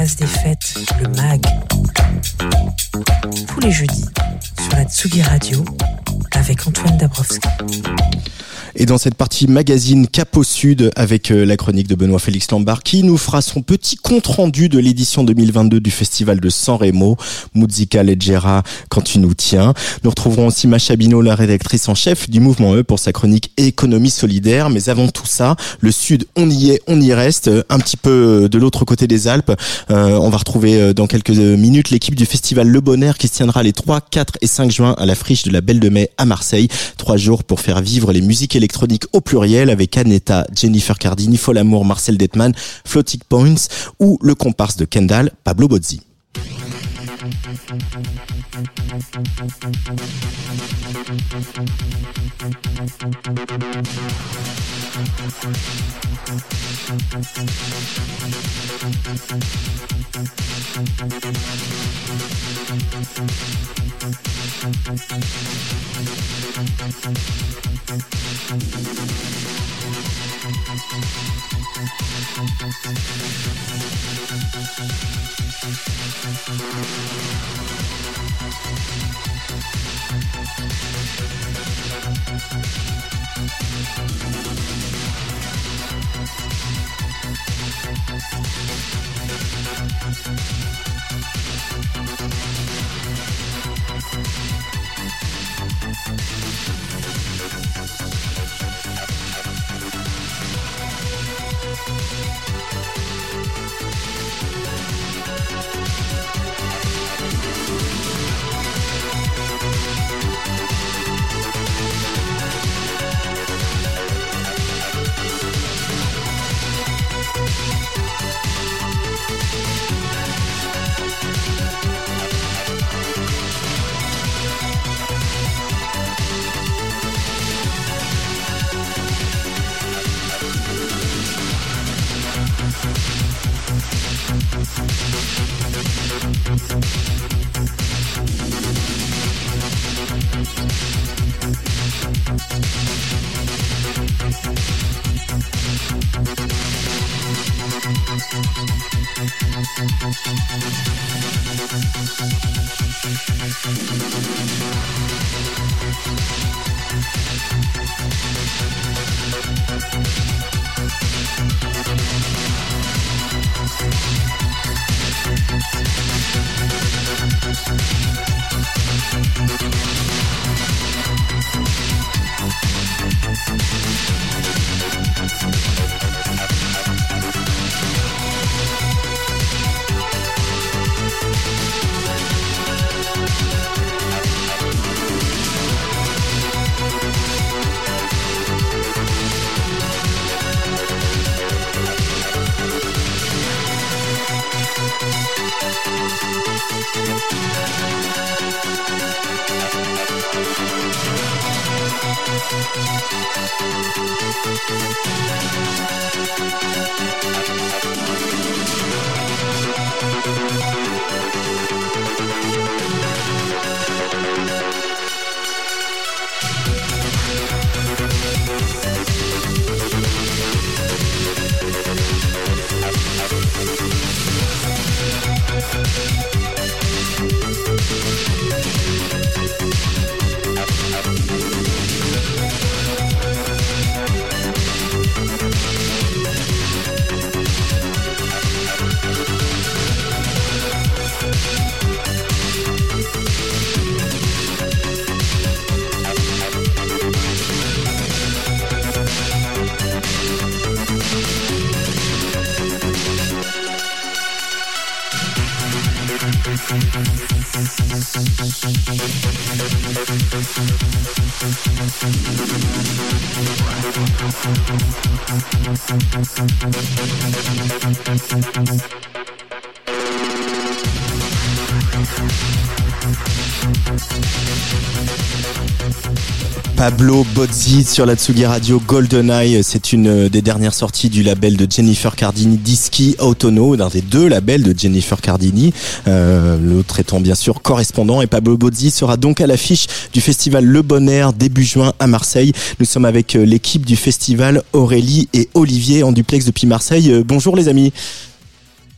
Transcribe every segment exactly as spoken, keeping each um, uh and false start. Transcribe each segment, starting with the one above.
place des fêtes, le mag. Tous les jeudis, sur la Tsugi Radio, avec Antoine Dabrowski. Et dans cette partie magazine Cap au Sud, avec la chronique de Benoît-Félix Lambard, qui nous fera son petit compte-rendu de l'édition deux mille vingt-deux du Festival de San Remo, Musica Leggera, quand tu nous tiens. Nous retrouverons aussi Macha Bino, la rédactrice en chef du Mouvement E, pour sa chronique Économie solidaire. Mais avant tout ça, le Sud, on y est, on y reste, un petit peu de l'autre côté des Alpes. Euh, on va retrouver dans quelques minutes l'équipe du Festival Le Bon Air qui se tiendra les trois, quatre et cinq juin à la Friche de la Belle de Mai à Marseille. Trois jours pour faire vivre les musiques électronique au pluriel avec Aneta, Jennifer Cardini, Folamour, Marcel Detman, Floating Points ou le comparse de Kendall, Pablo Bozzi. Pablo Bozzi sur la Tsugi Radio, GoldenEye, c'est une des dernières sorties du label de Jennifer Cardini, Dischi Autono, d'un des deux labels de Jennifer Cardini, euh, l'autre étant bien sûr correspondant. Et Pablo Bozzi sera donc à l'affiche du festival Le Bon Air début juin à Marseille. Nous sommes avec l'équipe du festival, Aurélie et Olivier en duplex depuis Marseille. Bonjour les amis.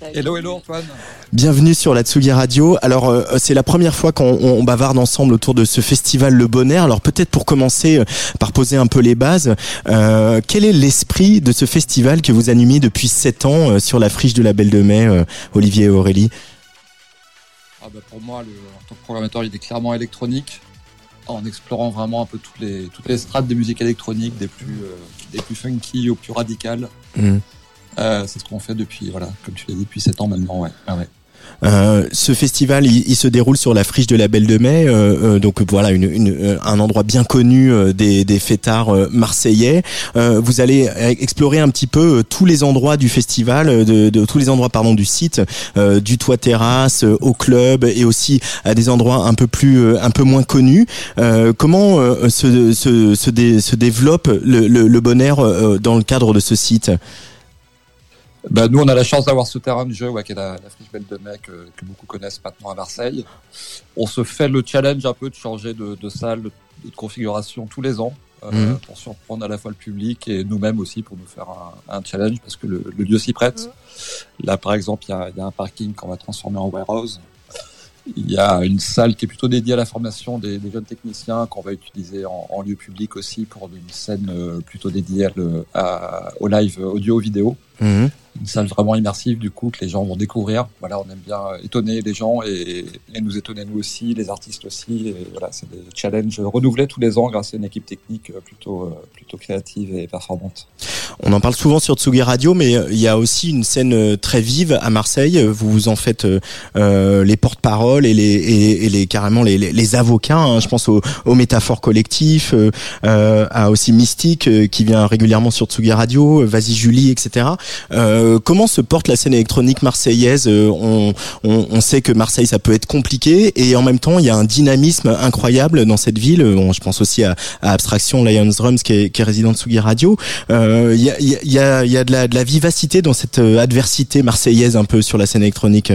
Hello, hello Antoine. Bienvenue sur la Tsugi Radio. Alors euh, c'est la première fois qu'on on bavarde ensemble autour de ce festival Le Bon Air. Alors peut-être pour commencer euh, par poser un peu les bases, euh, quel est l'esprit de ce festival que vous animez depuis sept ans euh, sur la friche de la Belle de Mai, euh, Olivier et Aurélie? Ah bah pour moi, le, en tant que programmateur, il est clairement électronique, en explorant vraiment un peu toutes les toutes les strates des musiques électroniques, des plus euh, des plus funky aux plus radicales. Mmh. Euh, c'est ce qu'on fait depuis, voilà, comme tu l'as dit, depuis sept ans maintenant, ouais. Ah ouais. Euh, ce festival, il, il se déroule sur la friche de la Belle de Mai, euh, euh, donc voilà, une, une, un endroit bien connu euh, des, des fêtards euh, marseillais. Euh, vous allez explorer un petit peu euh, tous les endroits du festival, de, de tous les endroits pardon du site, euh, du toit terrasse euh, au club et aussi à des endroits un peu plus, euh, un peu moins connus. Euh, comment euh, se, se, se, dé, se développe le, le, le Bon Air euh, dans le cadre de ce site? Bah, nous, on a la chance d'avoir ce terrain de jeu, ouais, qui est la, la friche Belle de Mai, que, que beaucoup connaissent maintenant à Marseille. On se fait le challenge un peu de changer de, de salle, de, de configuration tous les ans, euh, mmh. pour surprendre à la fois le public et nous-mêmes aussi pour nous faire un, un challenge, parce que le, le lieu s'y prête. Mmh. Là, par exemple, il y a, y a un parking qu'on va transformer en warehouse. Il y a une salle qui est plutôt dédiée à la formation des, des jeunes techniciens qu'on va utiliser en, en lieu public aussi pour une scène plutôt dédiée à le, à, au live audio-vidéo. Mmh. Une salle vraiment immersive du coup que les gens vont découvrir. Voilà, on aime bien étonner les gens et, et nous étonner nous aussi, les artistes aussi. Et voilà, c'est des challenges renouvelés tous les ans grâce à une équipe technique plutôt plutôt créative et performante. On en parle souvent sur Tsugi Radio, mais il y a aussi une scène très vive à Marseille. Vous vous en faites euh, les porte-paroles et les et, et les carrément les les, les avocats. Hein. Je pense aux, aux métaphores collectifs, euh, à aussi Mystique euh, qui vient régulièrement sur Tsugi Radio, Vas-y Julie, et cetera. Euh, comment se porte la scène électronique marseillaise? euh, on, on, on sait que Marseille ça peut être compliqué et en même temps il y a un dynamisme incroyable dans cette ville. Bon, je pense aussi à, à Abstraction, Lions Drums qui est, qui est résident de Tsugi Radio. Euh, il y a, il y a, il y a de la, de la vivacité dans cette adversité marseillaise un peu sur la scène électronique.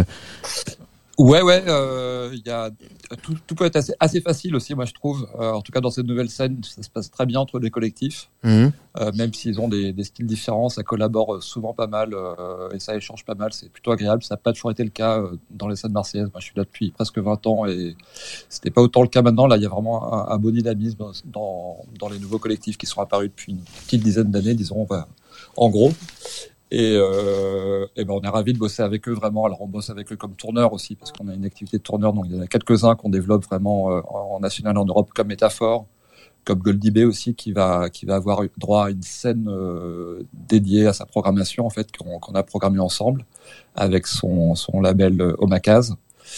Ouais, ouais, il euh, y a tout, tout peut être assez, assez facile aussi, moi je trouve. Euh, en tout cas, dans cette nouvelle scène, ça se passe très bien entre les collectifs, mmh. euh, même s'ils ont des, des styles différents, ça collabore souvent pas mal euh, et ça échange pas mal. C'est plutôt agréable. Ça n'a pas toujours été le cas euh, dans les scènes marseillaises. Moi, je suis là depuis presque vingt ans et c'était pas autant le cas maintenant. Là, il y a vraiment un, un bon dynamisme dans dans les nouveaux collectifs qui sont apparus depuis une petite dizaine d'années, disons, bah, en gros. Et, euh, et ben on est ravis de bosser avec eux vraiment. Alors on bosse avec eux comme tourneurs aussi parce qu'on a une activité de tourneur. Donc il y en a quelques-uns qu'on développe vraiment euh, en national en Europe comme Métaphore, comme Goldie B aussi qui va qui va avoir droit à une scène euh, dédiée à sa programmation en fait qu'on, qu'on a programmé ensemble avec son son label euh, Omakaz.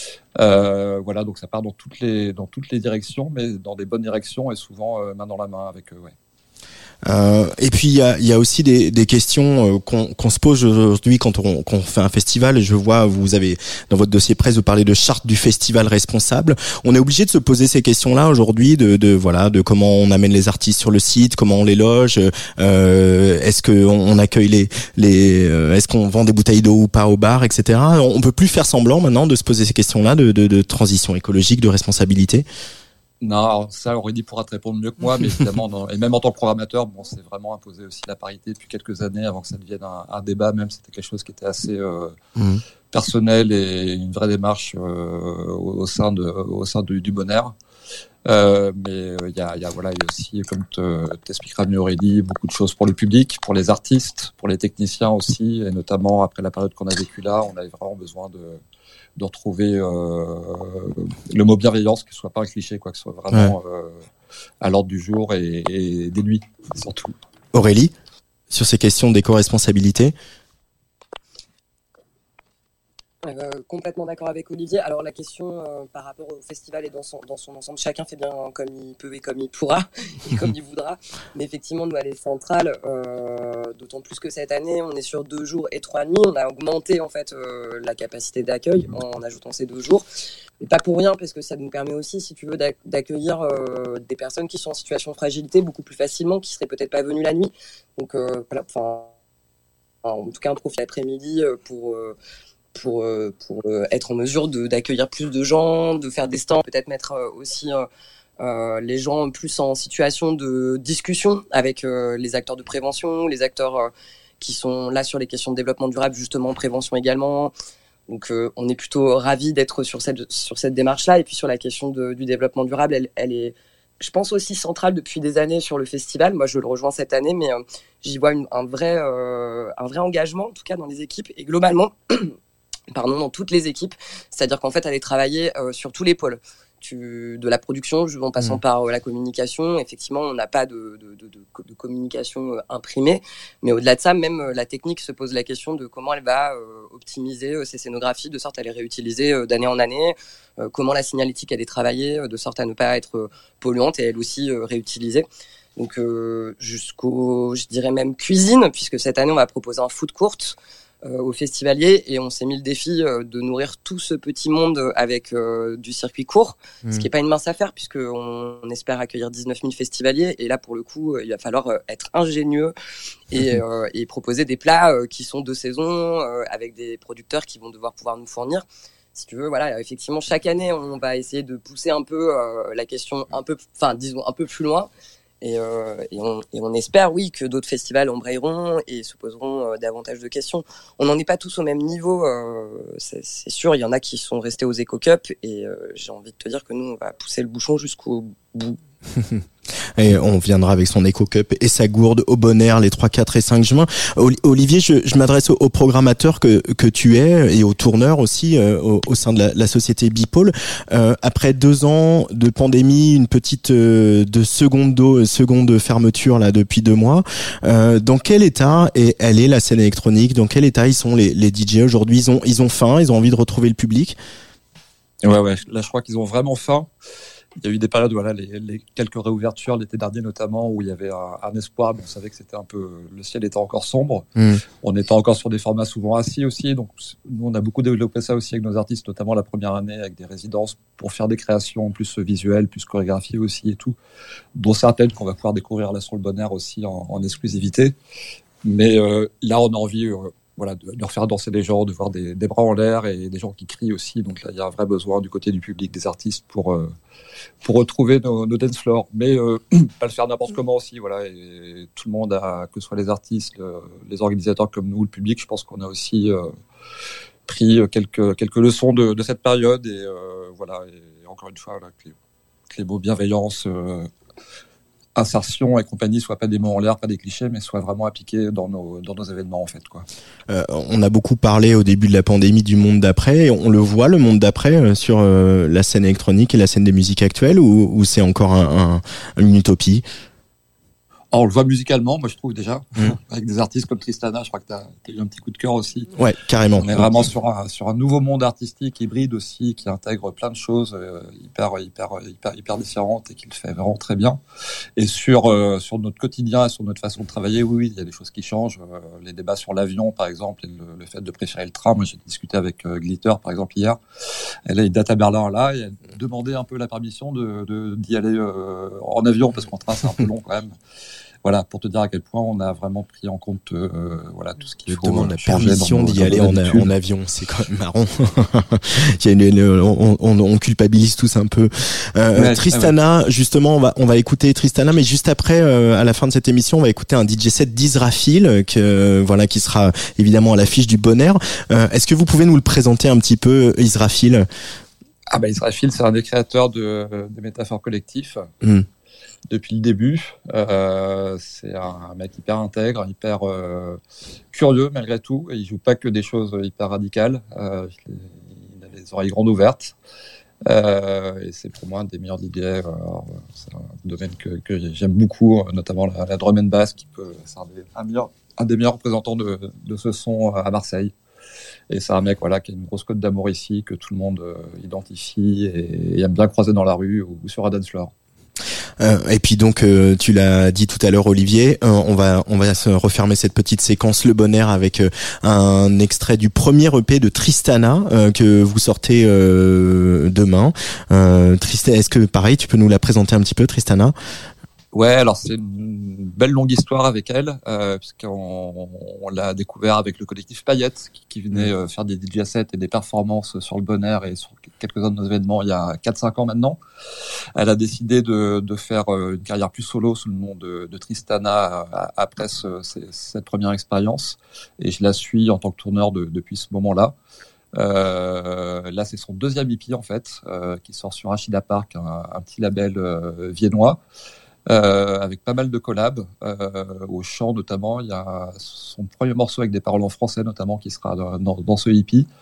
Euh, voilà, donc ça part dans toutes les dans toutes les directions, mais dans des bonnes directions et souvent euh, main dans la main avec eux. Ouais. Euh, et puis il y a, y a aussi des, des questions euh, qu'on, qu'on se pose aujourd'hui quand on, quand on fait un festival. Je vois, vous avez dans votre dossier presse, vous parlez de charte du festival responsable. On est obligé de se poser ces questions-là aujourd'hui, de, de voilà, de comment on amène les artistes sur le site, comment on les loge, euh, est-ce que on, on accueille les, les, euh, est-ce qu'on vend des bouteilles d'eau ou pas au bar, et cetera. On peut plus faire semblant maintenant de se poser ces questions-là de, de, de transition écologique, de responsabilité. Non, ça, Aurélie pourra te répondre mieux que moi, mais évidemment, non. Et même en tant que programmateur, bon, c'est vraiment imposé aussi la parité depuis quelques années avant que ça devienne un, un débat. Même c'était quelque chose qui était assez euh, mmh. personnel et une vraie démarche euh, au, au sein de, au sein du, du Bon Air. Euh, mais il euh, y a, il y a, voilà, il y a aussi, comme te, t'expliquera mieux Aurélie, beaucoup de choses pour le public, pour les artistes, pour les techniciens aussi, et notamment après la période qu'on a vécue là, on avait vraiment besoin de de retrouver euh, le mot bienveillance, qui soit pas un cliché, quoi, que ce soit vraiment ouais. euh, à l'ordre du jour et, et des nuits, surtout. Aurélie, sur ces questions d'éco-responsabilité? Euh, complètement d'accord avec Olivier. Alors la question euh, par rapport au festival et dans son, dans son ensemble, chacun fait bien comme il peut et comme il pourra et comme il voudra. Mais effectivement, nous à l'Est Centrale, euh, d'autant plus que cette année, on est sur deux jours et trois nuits. On a augmenté en fait euh, la capacité d'accueil en, en ajoutant ces deux jours. Et pas pour rien, parce que ça nous permet aussi, si tu veux, d'accueillir euh, des personnes qui sont en situation de fragilité beaucoup plus facilement, qui seraient peut-être pas venues la nuit. Donc, euh, enfin, en tout cas, un profil après-midi pour euh, pour pour être en mesure de d'accueillir plus de gens, de faire des stands, peut-être mettre aussi euh, euh, les gens plus en situation de discussion avec euh, les acteurs de prévention, les acteurs euh, qui sont là sur les questions de développement durable, justement, prévention également. Donc, euh, on est plutôt ravis d'être sur cette, sur cette démarche-là. Et puis, sur la question de, du développement durable, elle, elle est, je pense, aussi centrale depuis des années sur le festival. Moi, je le rejoins cette année, mais euh, j'y vois une, un, vrai, euh, un vrai engagement, en tout cas, dans les équipes. Et globalement, pardon, dans toutes les équipes. C'est-à-dire qu'en fait, elle est travaillée euh, sur tous les pôles. Tu, de la production, en passant mmh. par euh, la communication. Effectivement, on n'a pas de, de, de, de, de communication euh, imprimée, mais au-delà de ça, même euh, la technique se pose la question de comment elle va euh, optimiser euh, ses scénographies, de sorte à les réutiliser euh, d'année en année, euh, comment la signalétique elle est travaillée, euh, de sorte à ne pas être euh, polluante et elle aussi euh, réutilisée. Donc euh, jusqu'au, je dirais même cuisine, puisque cette année on va proposer un food court Euh, aux festivaliers et on s'est mis le défi euh, de nourrir tout ce petit monde avec euh, du circuit court, mmh. ce qui est pas une mince affaire puisque on, on espère accueillir dix-neuf mille festivaliers et là pour le coup euh, il va falloir euh, être ingénieux et, mmh. euh, et proposer des plats euh, qui sont de saison euh, avec des producteurs qui vont devoir pouvoir nous fournir. Si tu veux, voilà, effectivement chaque année on va essayer de pousser un peu euh, la question un peu, enfin disons un peu plus loin. Et, euh, et, on, et on espère, oui, que d'autres festivals embrayeront et se poseront euh, davantage de questions. On n'en est pas tous au même niveau, euh, c'est, c'est sûr. Il y en a qui sont restés aux Eco-Cup et euh, j'ai envie de te dire que nous, on va pousser le bouchon jusqu'au bout. Et on viendra avec son Eco-Cup et sa gourde au bon air les trois, quatre et cinq juin. Olivier, je, je m'adresse au, au programmateur que, que tu es et au tourneur aussi euh, au, au sein de la, la société Bipôle. Euh, après deux ans de pandémie, une petite euh, de seconde, do, seconde fermeture là depuis deux mois, euh, dans quel état est, elle est la scène électronique? Dans quel état ils sont les, les D J aujourd'hui? Ils ont, ils ont faim, ils ont envie de retrouver le public? Ouais, ouais. Là, je crois qu'ils ont vraiment faim. Il y a eu des périodes, voilà, les, les quelques réouvertures l'été dernier notamment, où il y avait un, un espoir, mais on savait que c'était un peu, le ciel était encore sombre. Mmh. On était encore sur des formats souvent assis aussi, donc nous on a beaucoup développé ça aussi avec nos artistes, notamment la première année avec des résidences pour faire des créations plus visuelles, plus chorégraphiées aussi et tout, dont certaines qu'on va pouvoir découvrir là sur le Bon Air aussi en, en exclusivité. Mais euh, là on a envie, euh, voilà, de, de refaire danser les gens, de voir des, des bras en l'air et des gens qui crient aussi. Donc là, il y a un vrai besoin du côté du public, des artistes pour euh, pour retrouver nos, nos dance floors. Mais euh, pas le faire n'importe comment aussi, voilà. Et tout le monde, a, que ce soit les artistes, le, les organisateurs comme nous, le public, je pense qu'on a aussi euh, pris quelques quelques leçons de, de cette période. Et euh, voilà. Et encore une fois, là, que, les, que les mots bienveillance, euh, insertion et compagnie soient pas des mots en l'air, pas des clichés, mais soient vraiment appliqués dans nos dans nos événements en fait, quoi. Euh, on a beaucoup parlé au début de la pandémie du monde d'après. On le voit, le monde d'après euh, sur euh, la scène électronique et la scène des musiques actuelles, ou, ou c'est encore un, un, une utopie? Alors, on le voit musicalement, moi je trouve déjà, mmh. avec des artistes comme Tristana, je crois que t'as, t'as eu un petit coup de cœur aussi. Ouais, carrément. On est vraiment sur un, sur un nouveau monde artistique hybride aussi, qui intègre plein de choses euh, hyper, hyper, hyper, hyper différentes et qui le fait vraiment très bien. Et sur, euh, sur notre quotidien et sur notre façon de travailler, oui, oui, il y a des choses qui changent. Euh, les débats sur l'avion, par exemple, et le, le fait de préférer le train. Moi, j'ai discuté avec euh, Glitter, par exemple, hier. Elle est date à Berlin là, et elle a demandé un peu la permission de, de, d'y aller euh, en avion, parce qu'en train, c'est un peu long quand même. Voilà, pour te dire à quel point on a vraiment pris en compte euh, voilà tout ce qu'il Je faut. demande la permission d'y aller en, en avion, c'est quand même marrant. Il y a une, une, on, on, on culpabilise tous un peu. Euh, ouais, Tristana, ouais. justement, on va on va écouter Tristana, mais juste après, euh, à la fin de cette émission, on va écouter un D J set d'Israfil, que voilà, qui sera évidemment à l'affiche du Bon Air. Euh, est-ce que vous pouvez nous le présenter un petit peu, Israfil? Ah bah Israfil, c'est un des créateurs de, de métaphores collectifs. Mm. Depuis le début, euh, c'est un mec hyper intègre, hyper euh, curieux malgré tout. Et il joue pas que des choses hyper radicales. Euh, il a les oreilles grandes ouvertes. Euh, et c'est pour moi un des meilleurs D J. Euh, c'est un domaine que, que j'aime beaucoup, notamment la, la drum and bass, qui peut, c'est un des, un, meilleur, un des meilleurs représentants de, de ce son à Marseille. Et c'est un mec voilà qui a une grosse cote d'amour ici, que tout le monde euh, identifie et, et aime bien croiser dans la rue ou, ou sur un dance floor. Euh, et puis donc euh, tu l'as dit tout à l'heure, Olivier, euh, on va on va se refermer cette petite séquence Le Bon Air avec euh, un extrait du premier E P de Tristana euh, que vous sortez euh, demain. Euh, Tristana, est-ce que pareil tu peux nous la présenter un petit peu, Tristana? Ouais, alors c'est une belle longue histoire avec elle, euh, puisqu'on on l'a découvert avec le collectif Paillette, qui, qui venait euh, faire des D J sets et des performances sur le Bon Air et sur quelques-uns de nos événements il y a quatre cinq ans maintenant. Elle a décidé de, de faire une carrière plus solo sous le nom de, de Tristana après ce, cette première expérience, et je la suis en tant que tourneur de, depuis ce moment-là. Euh, là, c'est son deuxième E P en fait, euh, qui sort sur Rachida Park, un, un petit label euh, viennois. Euh, avec pas mal de collabs, euh, au chant notamment. Il y a son premier morceau avec des paroles en français notamment qui sera dans, dans, dans ce E P.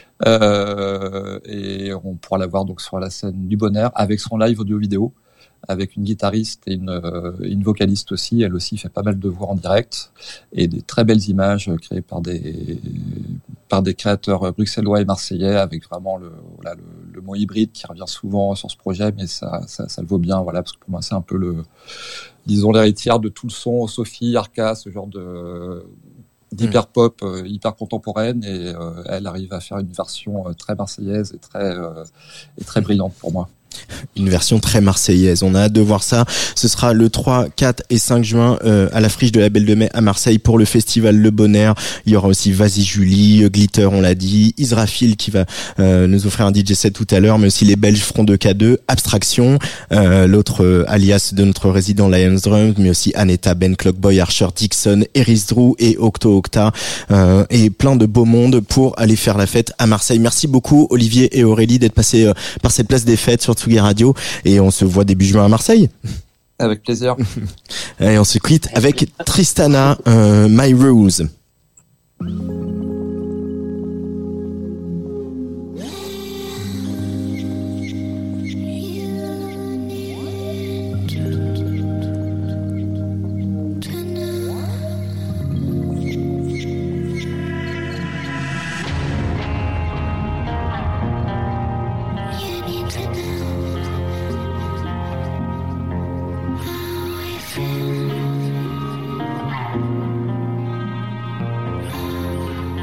Euh, et on pourra la voir donc sur la scène du Bon Air avec son live audio-vidéo, avec une guitariste et une, euh, une vocaliste aussi. Elle aussi fait pas mal de voix en direct et des très belles images créées par des par des créateurs bruxellois et marseillais, avec vraiment le, voilà, le, le mot hybride qui revient souvent sur ce projet, mais ça, ça, ça le vaut bien, voilà, parce que pour moi c'est un peu le, disons, l'héritière de tout le son, Sophie, Arca, ce genre de d'hyper pop, euh, hyper contemporaine, et euh, elle arrive à faire une version euh, très marseillaise et très euh, et très brillante pour moi. Une version très marseillaise. On a hâte de voir ça. Ce sera le trois, quatre et cinq juin euh, à la Friche de la Belle de Mai à Marseille pour le festival Le Bon Air. Il y aura aussi Vas-y Julie, Glitter, on l'a dit, Israfil qui va euh, nous offrir un D J set tout à l'heure, mais aussi les Belges Front deux K deux, Abstraction, euh, l'autre euh, alias de notre résident Lions Drum, mais aussi Aneta, Ben Clockboy, Archer Dixon, Eris Drew et Octo Octa, euh, et plein de beau monde pour aller faire la fête à Marseille. Merci beaucoup Olivier et Aurélie d'être passés euh, par cette place des fêtes sur Tsugi Radio, et on se voit début juin à Marseille. Avec plaisir. Et on se quitte avec Tristana, euh, My Rules. Feel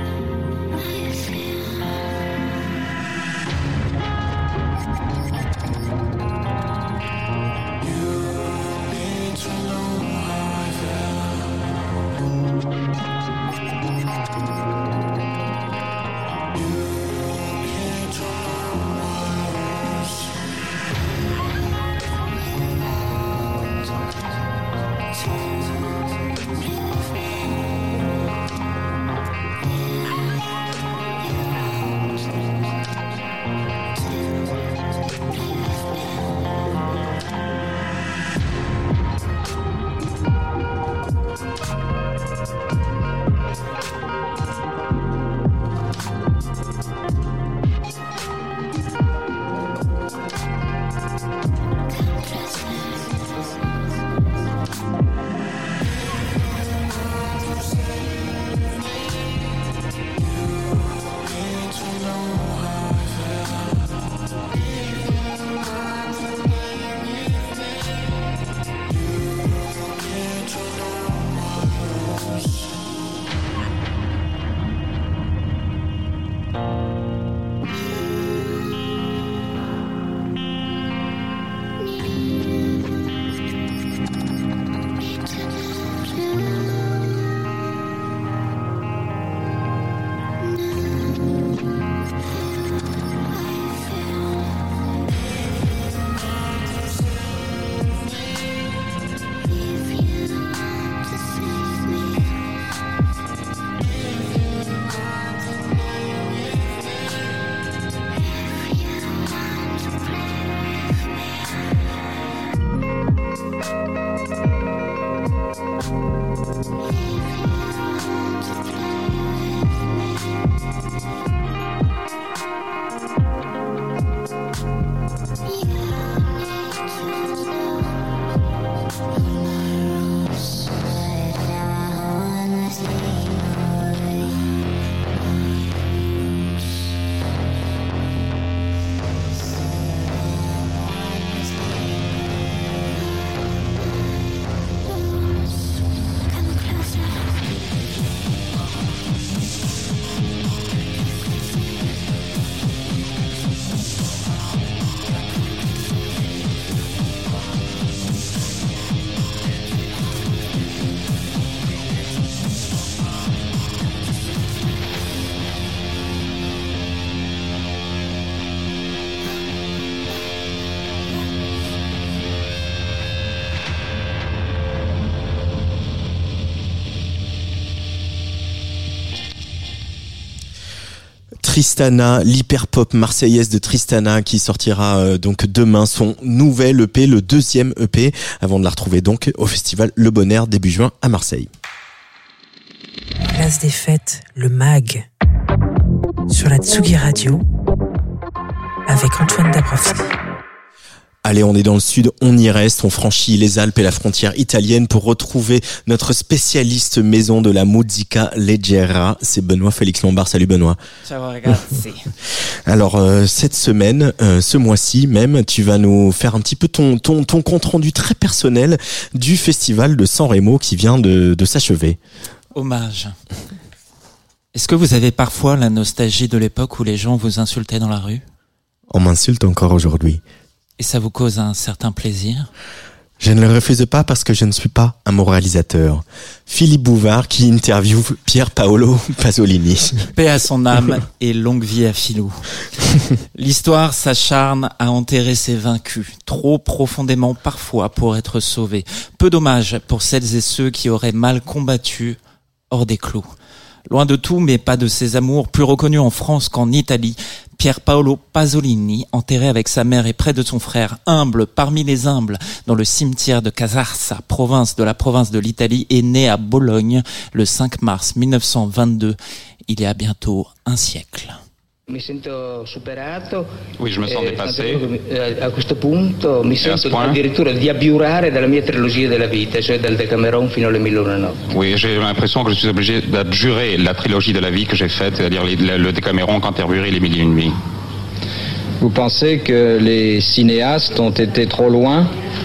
Tristana, l'hyper-pop marseillaise de Tristana qui sortira euh, donc demain son nouvel E P, le deuxième E P, avant de la retrouver donc au festival Le Bon Air début juin à Marseille. Place des Fêtes, le mag, sur la Tsugi Radio, avec Antoine Dabrowski. Allez, on est dans le sud, on y reste, on franchit les Alpes et la frontière italienne pour retrouver notre spécialiste maison de la musica leggera, c'est Benoît Félix Lombard. Salut Benoît. Ciao ragazzi. Alors euh, cette semaine, euh, ce mois-ci même, tu vas nous faire un petit peu ton ton ton compte rendu très personnel du festival de Sanremo qui vient de de s'achever. Hommage. Est-ce que vous avez parfois la nostalgie de l'époque où les gens vous insultaient dans la rue ? On m'insulte encore aujourd'hui. Et ça vous cause un certain plaisir ? Je ne le refuse pas parce que je ne suis pas un moralisateur. Philippe Bouvard qui interviewe Pier Paolo Pasolini. Paix à son âme et longue vie à Philou. L'histoire s'acharne à enterrer ses vaincus, trop profondément parfois pour être sauvés. Peu dommage pour celles et ceux qui auraient mal combattu hors des clous. Loin de tout, mais pas de ses amours, plus reconnus en France qu'en Italie, Pier Paolo Pasolini, enterré avec sa mère et près de son frère, humble parmi les humbles, dans le cimetière de Casarsa, province de la province de l'Italie, est né à Bologne le cinq mars mille neuf cent vingt-deux, il y a bientôt un siècle. Mi sento superato. Oui, je me sens dépassé. A questo punto mi sento addirittura di abiurare dalla mia trilogia della vita, cioè dal Decameron fino alle Mille e una notti. Oui, j'ai l'impression que je suis obligé d'abjurer la trilogie de la vie que j'ai faite, c'est-à-dire le Decameron, Canterbury, les Mille et une nuits. Vous pensez que les cinéastes ont été trop loin ?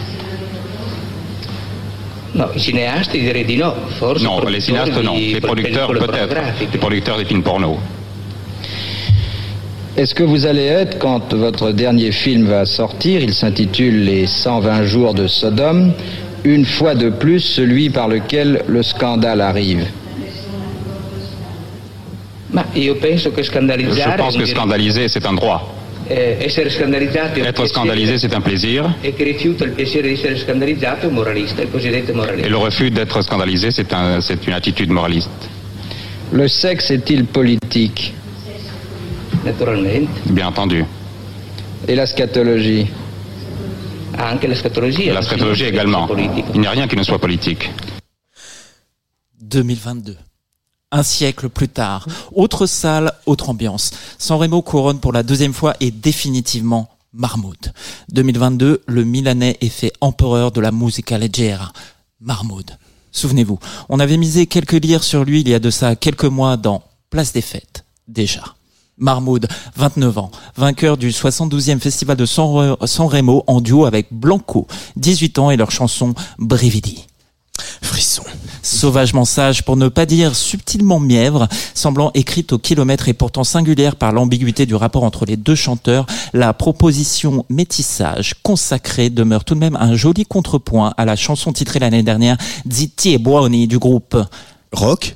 No, i cinéastes, direi di no. Forse non, les cinéastes non. Les producteurs peut-être. Les producteurs des films porno. Est-ce que vous allez être, quand votre dernier film va sortir, il s'intitule Les cent vingt jours de Sodome, une fois de plus celui par lequel le scandale arrive ? Ma io penso che scandalizzare... Je pense que scandaliser, c'est un droit. Eh, essere scandalizzato Être scandalisé, c'est un plaisir. E che rifiuta il piacere di essere scandalizzato è un moralista, il cosiddetto moralista. Et le refus d'être scandalisé, c'est un, c'est une attitude moraliste. Le sexe est-il politique ? Naturalmente. Bien entendu. Et la scatologie ? Anche la scatologie. La scatologie également. Il n'y a rien qui ne soit politique. deux mille vingt-deux. Un siècle plus tard. Autre salle, autre ambiance. Sanremo couronne pour la deuxième fois et définitivement Mahmoud. deux mille vingt-deux, le Milanais est fait empereur de la musica leggera. Mahmoud. Souvenez-vous, on avait misé quelques lires sur lui il y a de ça quelques mois dans Place des Fêtes. Déjà. Mahmoud, vingt-neuf ans, vainqueur du soixante-douzième festival de Sanremo en duo avec Blanco, dix-huit ans et leur chanson Brividi. Frisson. Sauvagement sage, pour ne pas dire subtilement mièvre, semblant écrite au kilomètre et pourtant singulière par l'ambiguïté du rapport entre les deux chanteurs, la proposition métissage consacrée demeure tout de même un joli contrepoint à la chanson titrée l'année dernière Zitti e Buoni du groupe. Rock ?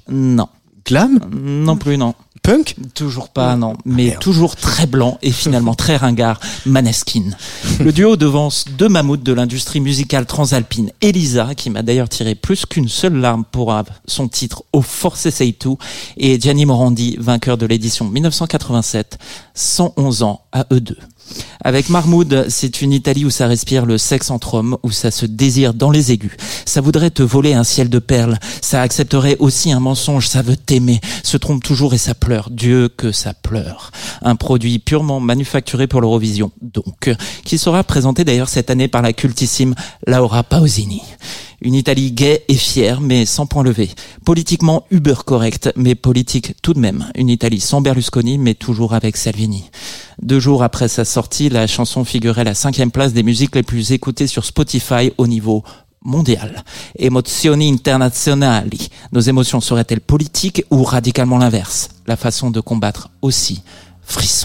Non. Glam ? Non plus, non. Punk ? Toujours pas, non. Mais Merde. Toujours très blanc et finalement très ringard, Maneskin. Le duo devance deux mammouths de l'industrie musicale transalpine. Elisa, qui m'a d'ailleurs tiré plus qu'une seule larme pour son titre Au Force Sei Tu, et Gianni Morandi, vainqueur de l'édition mille neuf cent quatre-vingt-sept, cent onze ans à eux deux. Avec Mahmoud, c'est une Italie où ça respire le sexe entre hommes, où ça se désire dans les aigus. Ça voudrait te voler un ciel de perles, ça accepterait aussi un mensonge, ça veut t'aimer, se trompe toujours et ça pleure, Dieu que ça pleure. Un produit purement manufacturé pour l'Eurovision, donc, qui sera présenté d'ailleurs cette année par la cultissime Laura Pausini. Une Italie gaie et fière, mais sans point levé. Politiquement uber correcte, mais politique tout de même. Une Italie sans Berlusconi, mais toujours avec Salvini. Deux jours après sa sortie, la chanson figurait à la cinquième place des musiques les plus écoutées sur Spotify au niveau mondial. Emozioni internazionali. Nos émotions seraient-elles politiques ou radicalement l'inverse? La façon de combattre aussi. Frisson.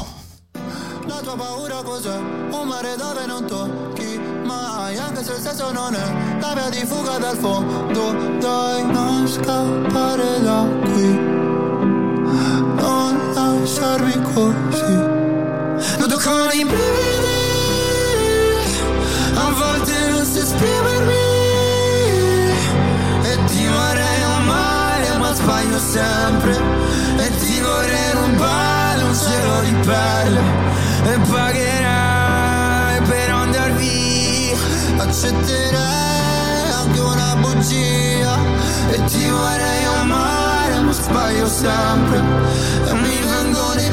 La tua paura cos'è? Un mare dove non tocchi mai, anche se il senso non è la via di fuga dal fondo. Dai, non scappare da qui, non lasciarmi così. Noto con i brividi, a volte non so esprimermi, e ti vorrei amare ma sbaglio sempre, e ti vorrei rubare un cielo di pelle e pagherai per andar via. Accetterei anche una bugia e ti vorrei amare, ma sbaglio sempre e mi vengo di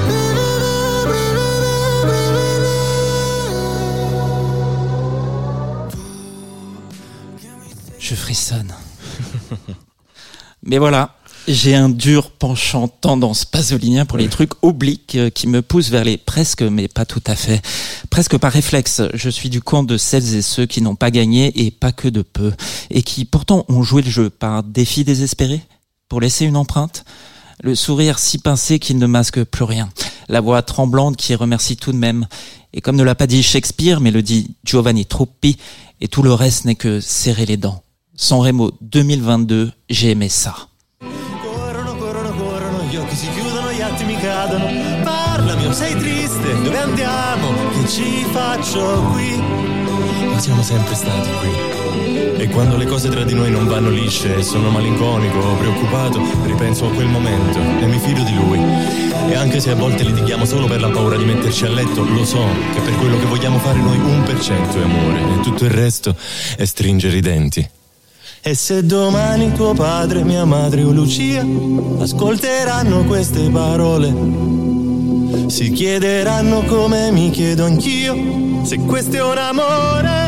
Je frissonne. Mais voilà, j'ai un dur penchant tendance pasolinien pour les trucs obliques qui me poussent vers les presque, mais pas tout à fait. Presque par réflexe, je suis du camp de celles et ceux qui n'ont pas gagné, et pas que de peu, et qui pourtant ont joué le jeu par défi désespéré, pour laisser une empreinte. Le sourire si pincé qu'il ne masque plus rien. La voix tremblante qui remercie tout de même. Et comme ne l'a pas dit Shakespeare, mais le dit Giovanni Truppi, et tout le reste n'est que serrer les dents. Sanremo deux mille vingt-deux, j'ai aimé ça. Corrono, corrono, corrono, gli occhi si chiudono, gli attimi cadono. Parlami, oh, sei triste, dove andiamo? Che ci faccio qui? Ma siamo sempre stati qui. E quando le cose tra di noi non vanno lisce e sono malinconico o preoccupato, ripenso a quel momento e mi fido di lui. E anche se a volte litighiamo solo per la paura di metterci a letto, lo so che per quello che vogliamo fare noi un per cento è amore e tutto il resto è stringere i denti. E se domani tuo padre, mia madre o Lucia ascolteranno queste parole, si chiederanno come mi chiedo anch'io, se questo è un amore.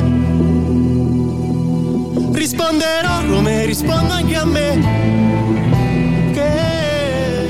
Risponderò come rispondo anche a me, che...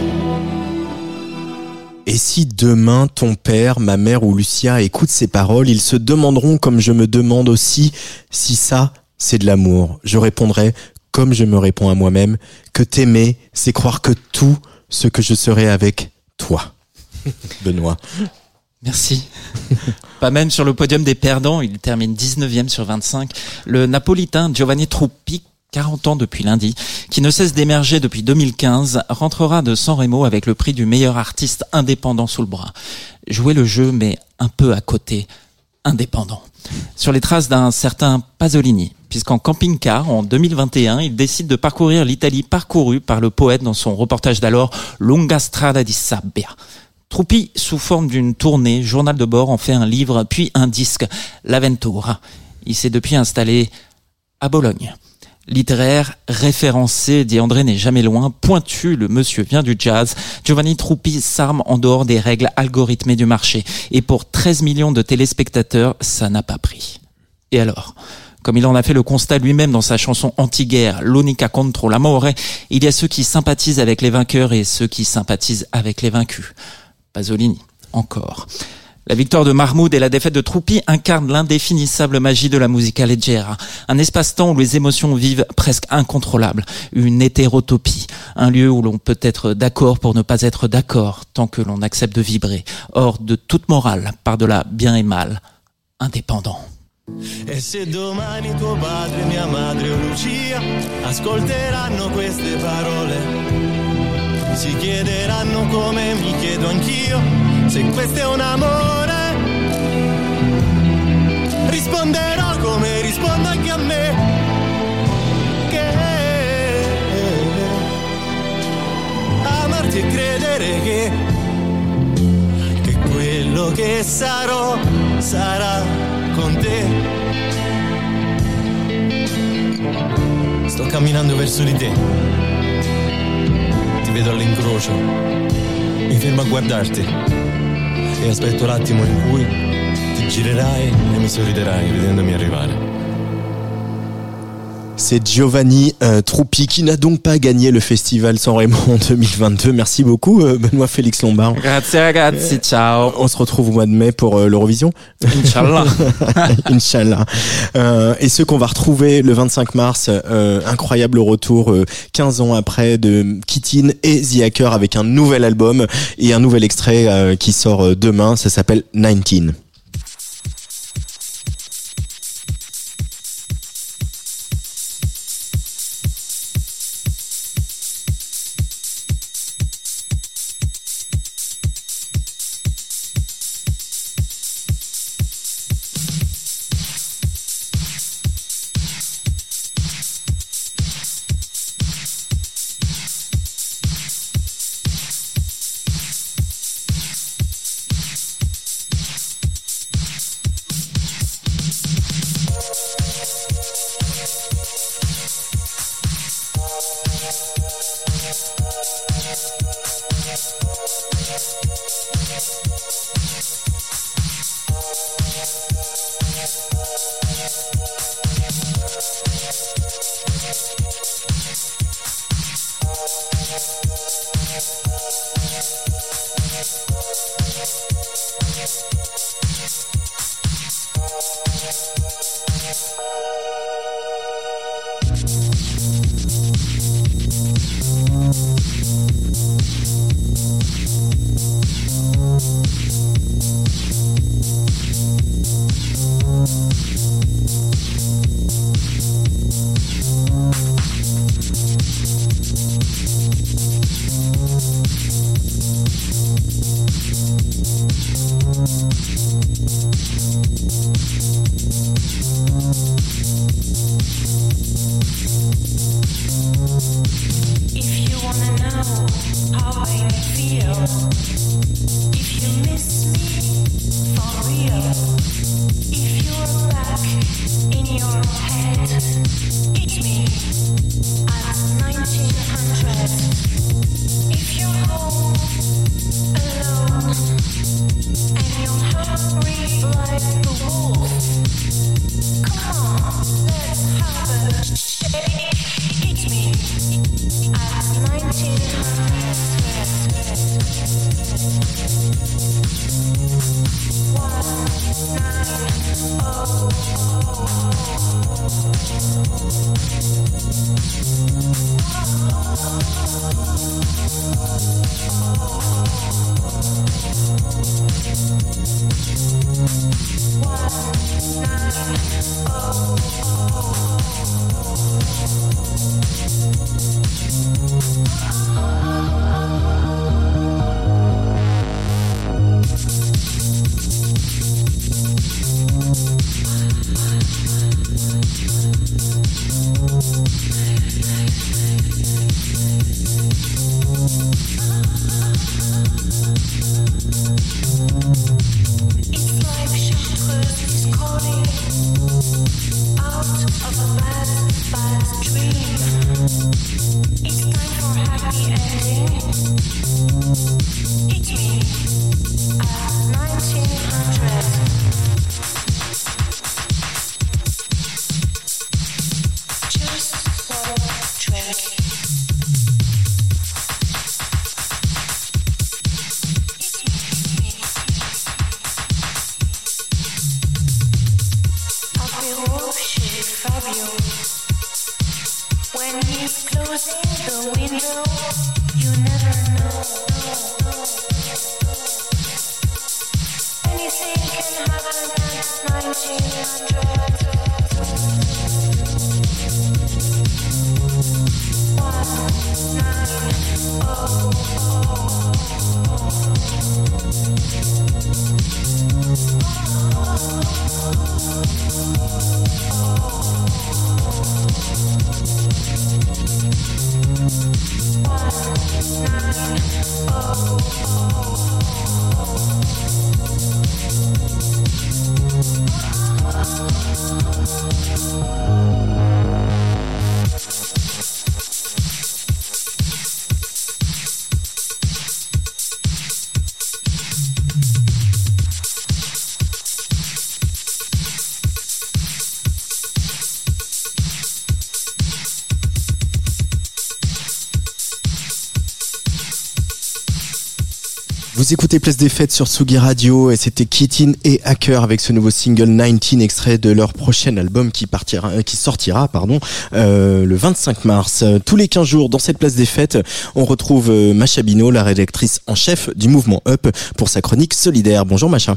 Et si demain ton père, ma mère ou Lucia écoutent ces paroles, ils se demanderont comme je me demande aussi si ça c'est de l'amour. Je répondrai, comme je me réponds à moi-même, que t'aimer, c'est croire que tout ce que je serai avec toi. Benoît. Merci. Pas même sur le podium des perdants, il termine dix-neuvième sur vingt-cinq. Le napolitain Giovanni Truppi, quarante ans depuis lundi, qui ne cesse d'émerger depuis deux mille quinze, rentrera de Sanremo avec le prix du meilleur artiste indépendant sous le bras. Jouer le jeu, mais un peu à côté, indépendant. Sur les traces d'un certain Pasolini, puisqu'en camping-car, en deux mille vingt et un, il décide de parcourir l'Italie parcourue par le poète dans son reportage d'alors Lunga strada di sabbia. Truppi, sous forme d'une tournée, journal de bord, en fait un livre, puis un disque, L'Aventura. Il s'est depuis installé à Bologne. Littéraire, référencé, dit André n'est jamais loin, pointu, le monsieur vient du jazz, Giovanni Truppi s'arme en dehors des règles algorithmées du marché. Et pour treize millions de téléspectateurs, ça n'a pas pris. Et alors ? Comme il en a fait le constat lui-même dans sa chanson anti-guerre, L'unica contro l'amore, il y a ceux qui sympathisent avec les vainqueurs et ceux qui sympathisent avec les vaincus. Pasolini, encore. La victoire de Mahmoud et la défaite de Truppi incarnent l'indéfinissable magie de la musica leggera, un espace-temps où les émotions vivent presque incontrôlables, une hétérotopie, un lieu où l'on peut être d'accord pour ne pas être d'accord tant que l'on accepte de vibrer, hors de toute morale, par-delà bien et mal, indépendant. E se domani tuo padre, mia madre o Lucia ascolteranno queste parole, si chiederanno come mi chiedo anch'io, se questo è un amore. Risponderò come rispondo anche a me, che amarti e credere che che quello che sarò sarà con te. Sto camminando verso di te, ti vedo all'incrocio, mi fermo a guardarti e aspetto l'attimo in cui ti girerai e mi sorriderai vedendomi arrivare. C'est Giovanni euh, Truppi qui n'a donc pas gagné le festival Sanremo en deux mille vingt-deux. Merci beaucoup euh, Benoît Félix Lombard. Grazie ragazzi, ciao. On se retrouve au mois de mai pour euh, l'Eurovision. Inch'Allah. Inch'Allah. Euh, et ceux qu'on va retrouver le vingt-cinq mars, euh, incroyable retour euh, quinze ans après de Kittin et The Hacker avec un nouvel album et un nouvel extrait euh, qui sort euh, demain. Ça s'appelle dix-neuf. Vous écoutez Place des Fêtes sur Tsugi Radio et c'était Kitin et Hacker avec ce nouveau single dix-neuf, extrait de leur prochain album qui partira, qui sortira, pardon, euh, le vingt-cinq mars. Tous les quinze jours dans cette Place des Fêtes, on retrouve Macha Bino, la rédactrice en chef du mouvement Up, pour sa chronique solidaire. Bonjour Macha.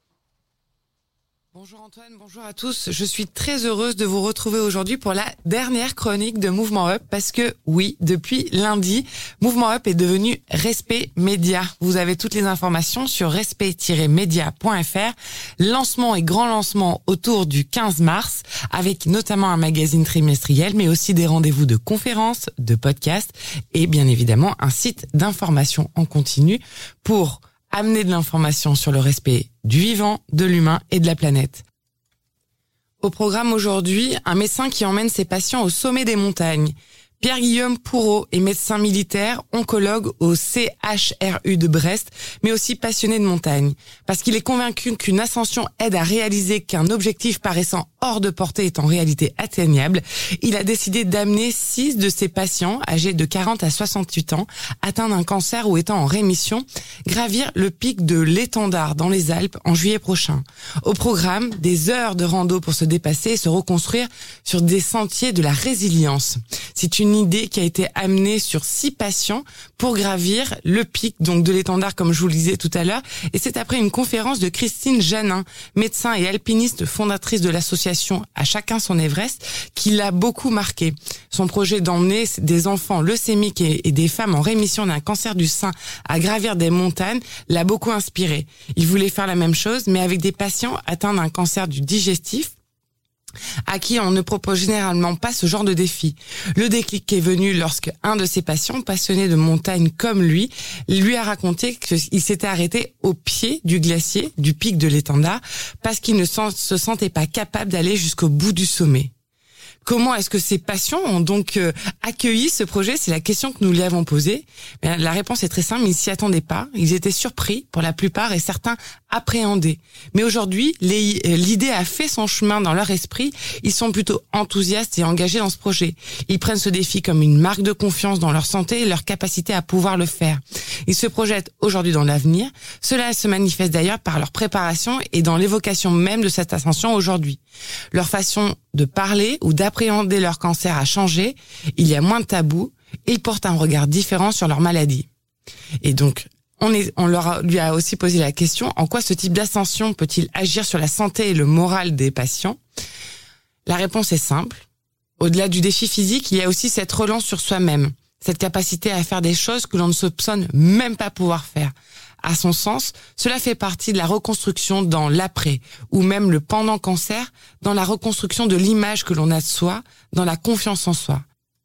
Bonjour Antoine, bonjour à tous. Je suis très heureuse de vous retrouver aujourd'hui pour la dernière chronique de Mouvement Up parce que oui, depuis lundi, Mouvement Up est devenu Respect Média. Vous avez toutes les informations sur respect tiret média point f r. Lancement et grand lancement autour du quinze mars avec notamment un magazine trimestriel mais aussi des rendez-vous de conférences, de podcasts et bien évidemment un site d'information en continu pour amener de l'information sur le respect du vivant, de l'humain et de la planète. Au programme aujourd'hui, un médecin qui emmène ses patients au sommet des montagnes. Pierre-Guillaume Pourreau est médecin militaire, oncologue au C H R U de Brest, mais aussi passionné de montagne. Parce qu'il est convaincu qu'une ascension aide à réaliser qu'un objectif paraissant hors de portée est en réalité atteignable, il a décidé d'amener six de ses patients, âgés de quarante à soixante-huit ans, atteints d'un cancer ou étant en rémission, gravir le pic de l'Étendard dans les Alpes en juillet prochain. Au programme, des heures de rando pour se dépasser et se reconstruire sur des sentiers de la résilience. C'est une idée qui a été amenée sur six patients pour gravir le pic donc de l'Étendard, comme je vous le disais tout à l'heure. Et c'est après une conférence de Christine Janin, médecin et alpiniste fondatrice de l'association À chacun son Everest, qui l'a beaucoup marqué. Son projet d'emmener des enfants leucémiques et des femmes en rémission d'un cancer du sein à gravir des montagnes l'a beaucoup inspiré. Il voulait faire la même chose, mais avec des patients atteints d'un cancer du digestif, à qui on ne propose généralement pas ce genre de défi. Le déclic est venu lorsque un de ses patients, passionné de montagne comme lui, lui a raconté qu'il s'était arrêté au pied du glacier, du pic de l'Étendard, parce qu'il ne se sentait pas capable d'aller jusqu'au bout du sommet. Comment est-ce que ces patients ont donc euh, accueilli ce projet? C'est la question que nous lui avons posée. Bien, la réponse est très simple, ils s'y attendaient pas. Ils étaient surpris pour la plupart et certains appréhendés. Mais aujourd'hui, les, l'idée a fait son chemin dans leur esprit. Ils sont plutôt enthousiastes et engagés dans ce projet. Ils prennent ce défi comme une marque de confiance dans leur santé et leur capacité à pouvoir le faire. Ils se projettent aujourd'hui dans l'avenir. Cela se manifeste d'ailleurs par leur préparation et dans l'évocation même de cette ascension aujourd'hui. Leur façon de parler ou d'appréhender leur cancer a changé, il y a moins de tabous et ils portent un regard différent sur leur maladie. Et donc, on, est, on leur a, lui a aussi posé la question, en quoi ce type d'ascension peut-il agir sur la santé et le moral des patients? La réponse est simple. Au-delà du défi physique, il y a aussi cette relance sur soi-même, cette capacité à faire des choses que l'on ne soupçonne même pas pouvoir faire. À son sens, cela fait partie de la reconstruction dans l'après, ou même le pendant cancer, dans la reconstruction de l'image que l'on a de soi, dans la confiance en soi.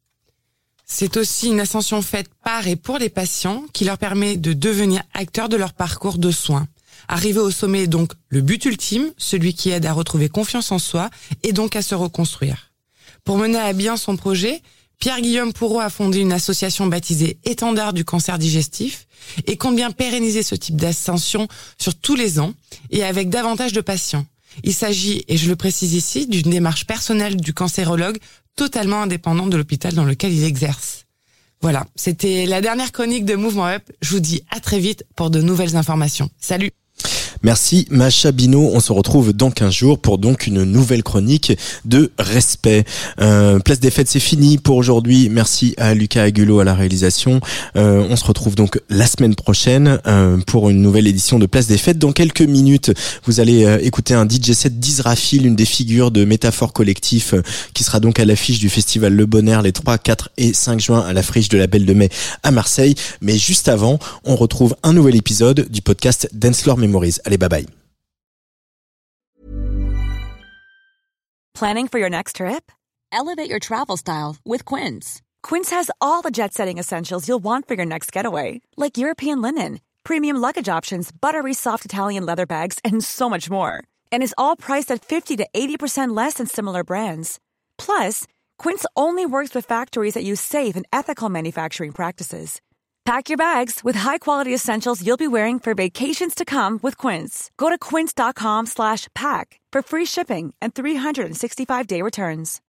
C'est aussi une ascension faite par et pour les patients qui leur permet de devenir acteurs de leur parcours de soins. Arriver au sommet est donc le but ultime, celui qui aide à retrouver confiance en soi et donc à se reconstruire. Pour mener à bien son projet, Pierre-Guillaume Pourreau a fondé une association baptisée Étendard du cancer digestif et compte bien pérenniser ce type d'ascension sur tous les ans et avec davantage de patients. Il s'agit, et je le précise ici, d'une démarche personnelle du cancérologue totalement indépendante de l'hôpital dans lequel il exerce. Voilà, c'était la dernière chronique de Mouvement Up. Je vous dis à très vite pour de nouvelles informations. Salut! Merci Macha Bino, on se retrouve dans quinze jours pour donc une nouvelle chronique de respect. Euh, Place des Fêtes, c'est fini pour aujourd'hui. Merci à Lucas Agulot à la réalisation. Euh, on se retrouve donc la semaine prochaine euh, pour une nouvelle édition de Place des Fêtes. Dans quelques minutes, vous allez euh, écouter un D J set d'Israfil, une des figures de Métaphore Collectif euh, qui sera donc à l'affiche du festival Le Bonheur les trois, quatre et cinq juin à la Friche de la Belle de Mai à Marseille. Mais juste avant, on retrouve un nouvel épisode du podcast Dancefloor Memories. Allez, bye bye. Planning for your next trip? Elevate your travel style with Quince. Quince has all the jet-setting essentials you'll want for your next getaway, like European linen, premium luggage options, buttery soft Italian leather bags, and so much more. And is all priced at fifty to eighty percent less than similar brands. Plus, Quince only works with factories that use safe and ethical manufacturing practices. Pack your bags with high-quality essentials you'll be wearing for vacations to come with Quince. Go to quince.com slash pack for free shipping and three sixty-five day returns.